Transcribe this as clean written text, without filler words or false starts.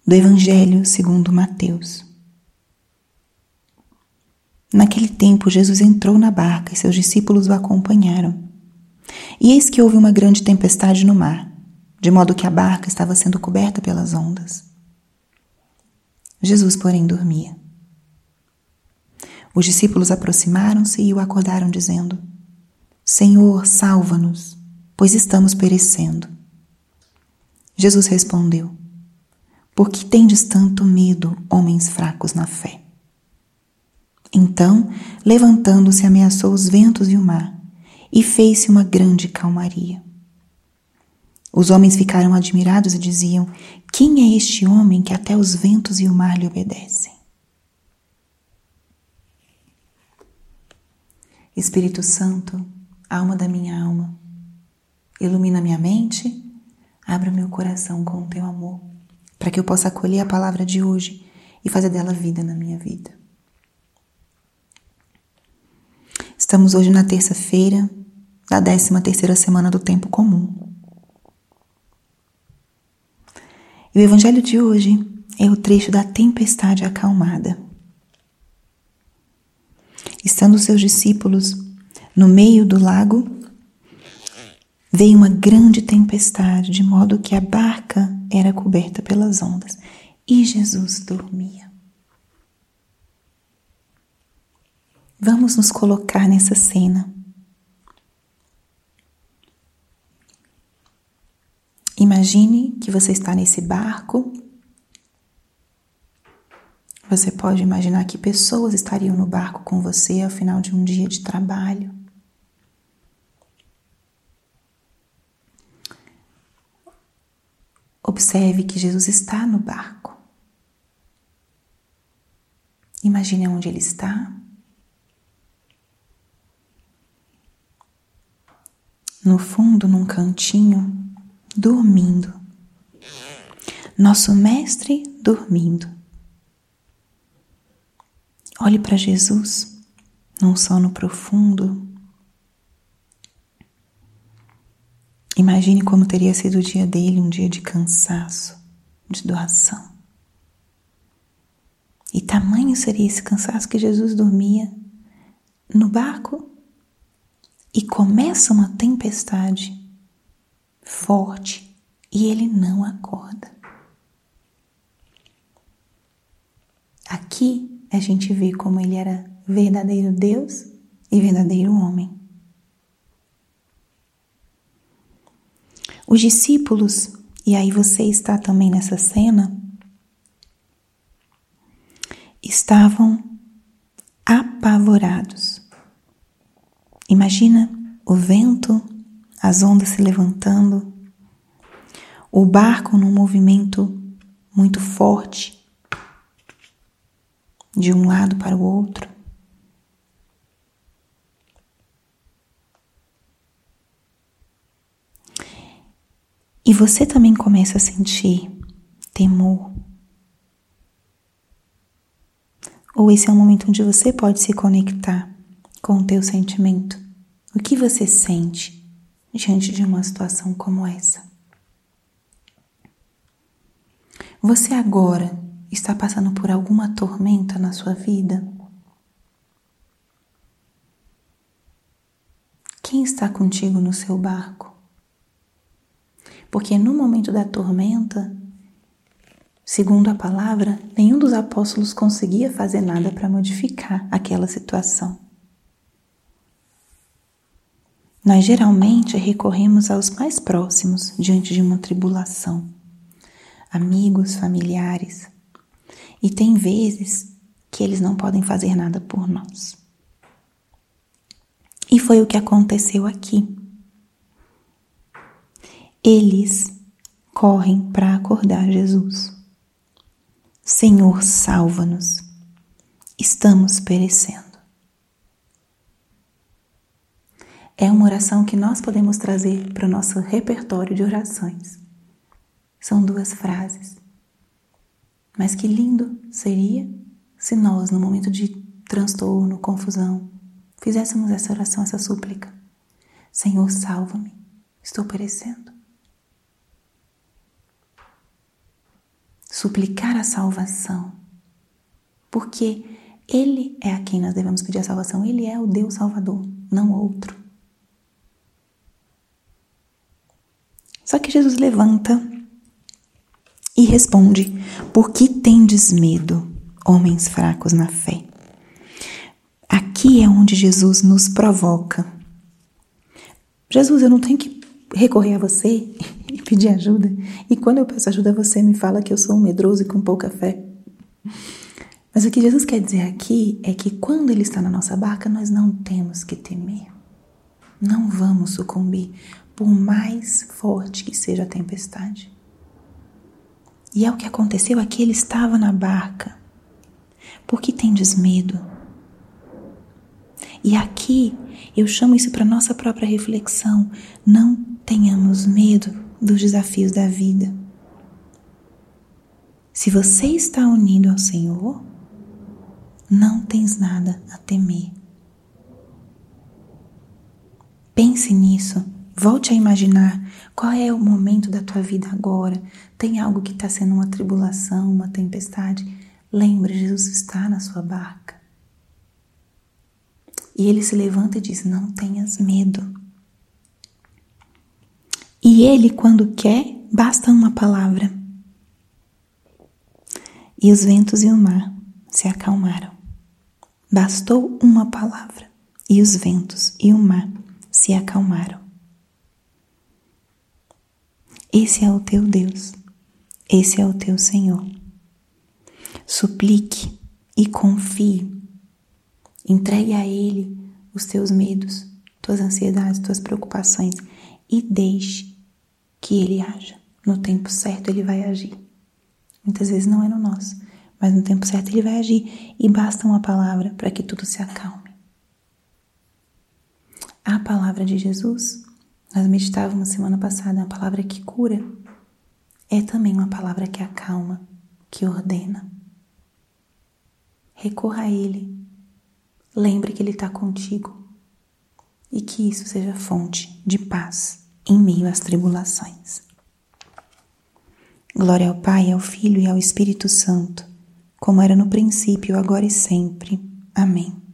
do Evangelho segundo Mateus. Naquele tempo, Jesus entrou na barca e seus discípulos o acompanharam. E eis que houve uma grande tempestade no mar, de modo que a barca estava sendo coberta pelas ondas. Jesus, porém, dormia. Os discípulos aproximaram-se e o acordaram, dizendo: Senhor, salva-nos, pois estamos perecendo. Jesus respondeu: Por que tendes tanto medo, homens fracos na fé? Então, levantando-se, ameaçou os ventos e o mar, e fez-se uma grande calmaria. Os homens ficaram admirados e diziam: Quem é este homem que até os ventos e o mar lhe obedecem? Espírito Santo, alma da minha alma, ilumina minha mente, abra meu coração com o teu amor, para que eu possa acolher a palavra de hoje e fazer dela vida na minha vida. Estamos hoje na terça-feira da 13ª semana do tempo comum. E o evangelho de hoje é o trecho da tempestade acalmada. Estando seus discípulos no meio do lago, veio uma grande tempestade, de modo que a barca era coberta pelas ondas, e Jesus dormia. Vamos nos colocar nessa cena. Imagine que você está nesse barco. Você pode imaginar que pessoas estariam no barco com você ao final de um dia de trabalho. Observe que Jesus está no barco. Imagine onde ele está. No fundo, num cantinho, dormindo. Nosso mestre dormindo. Olhe para Jesus num sono profundo. Imagine como teria sido o dia dele, um dia de cansaço, de doação. E tamanho seria esse cansaço que Jesus dormia no barco e começa uma tempestade forte e ele não acorda. Aqui a gente vê como ele era verdadeiro Deus e verdadeiro homem. Os discípulos, e aí você está também nessa cena, estavam apavorados. Imagina o vento, as ondas se levantando, o barco num movimento muito forte, de um lado para o outro. E você também começa a sentir temor. Ou esse é um momento onde você pode se conectar com o teu sentimento. O que você sente diante de uma situação como essa? Você agora está passando por alguma tormenta na sua vida? Quem está contigo no seu barco? Porque no momento da tormenta, segundo a palavra, nenhum dos apóstolos conseguia fazer nada para modificar aquela situação. Nós geralmente recorremos aos mais próximos diante de uma tribulação, amigos, familiares, e tem vezes que eles não podem fazer nada por nós. E foi o que aconteceu aqui. Eles correm para acordar Jesus. Senhor, salva-nos. Estamos perecendo. É uma oração que nós podemos trazer para o nosso repertório de orações. São 2 frases. Mas que lindo seria se nós, no momento de transtorno, confusão, fizéssemos essa oração, essa súplica. Senhor, salva-me. Estou perecendo. suplicar a salvação, porque Ele é a quem nós devemos pedir a salvação. Ele é o Deus Salvador, não outro. Só que Jesus levanta e responde: por que tendes medo, homens fracos na fé? Aqui é onde Jesus nos provoca. Jesus, eu não tenho que recorrer a você e pedir ajuda. E quando eu peço ajuda, você me fala que eu sou um medroso e com pouca fé. Mas o que Jesus quer dizer aqui é que quando Ele está na nossa barca, nós não temos que temer. Não vamos sucumbir, por mais forte que seja a tempestade. E é o que aconteceu aqui, Ele estava na barca. Por que tendes medo? E aqui eu chamo isso para nossa própria reflexão. Não tenhamos medo dos desafios da vida. Se você está unido ao Senhor, não tens nada a temer. Pense nisso. Volte a imaginar qual é o momento da tua vida agora. Tem algo que está sendo uma tribulação, uma tempestade? Lembre, Jesus está na sua barca. E Ele se levanta e diz: não tenhas medo. E Ele, quando quer, basta uma palavra. E os ventos e o mar se acalmaram. Bastou uma palavra. E os ventos e o mar se acalmaram. Esse é o teu Deus. Esse é o teu Senhor. Suplique e confie. Entregue a Ele os teus medos, tuas ansiedades, tuas preocupações e deixe que Ele haja. No tempo certo Ele vai agir. Muitas vezes não é no nosso, mas no tempo certo Ele vai agir e basta uma palavra para que tudo se acalme. A palavra de Jesus, nós meditávamos semana passada, a palavra que cura, é também uma palavra que acalma, que ordena. Recorra a Ele. Lembre que Ele está contigo e que isso seja fonte de paz em meio às tribulações. Glória ao Pai, ao Filho e ao Espírito Santo, como era no princípio, agora e sempre. Amém.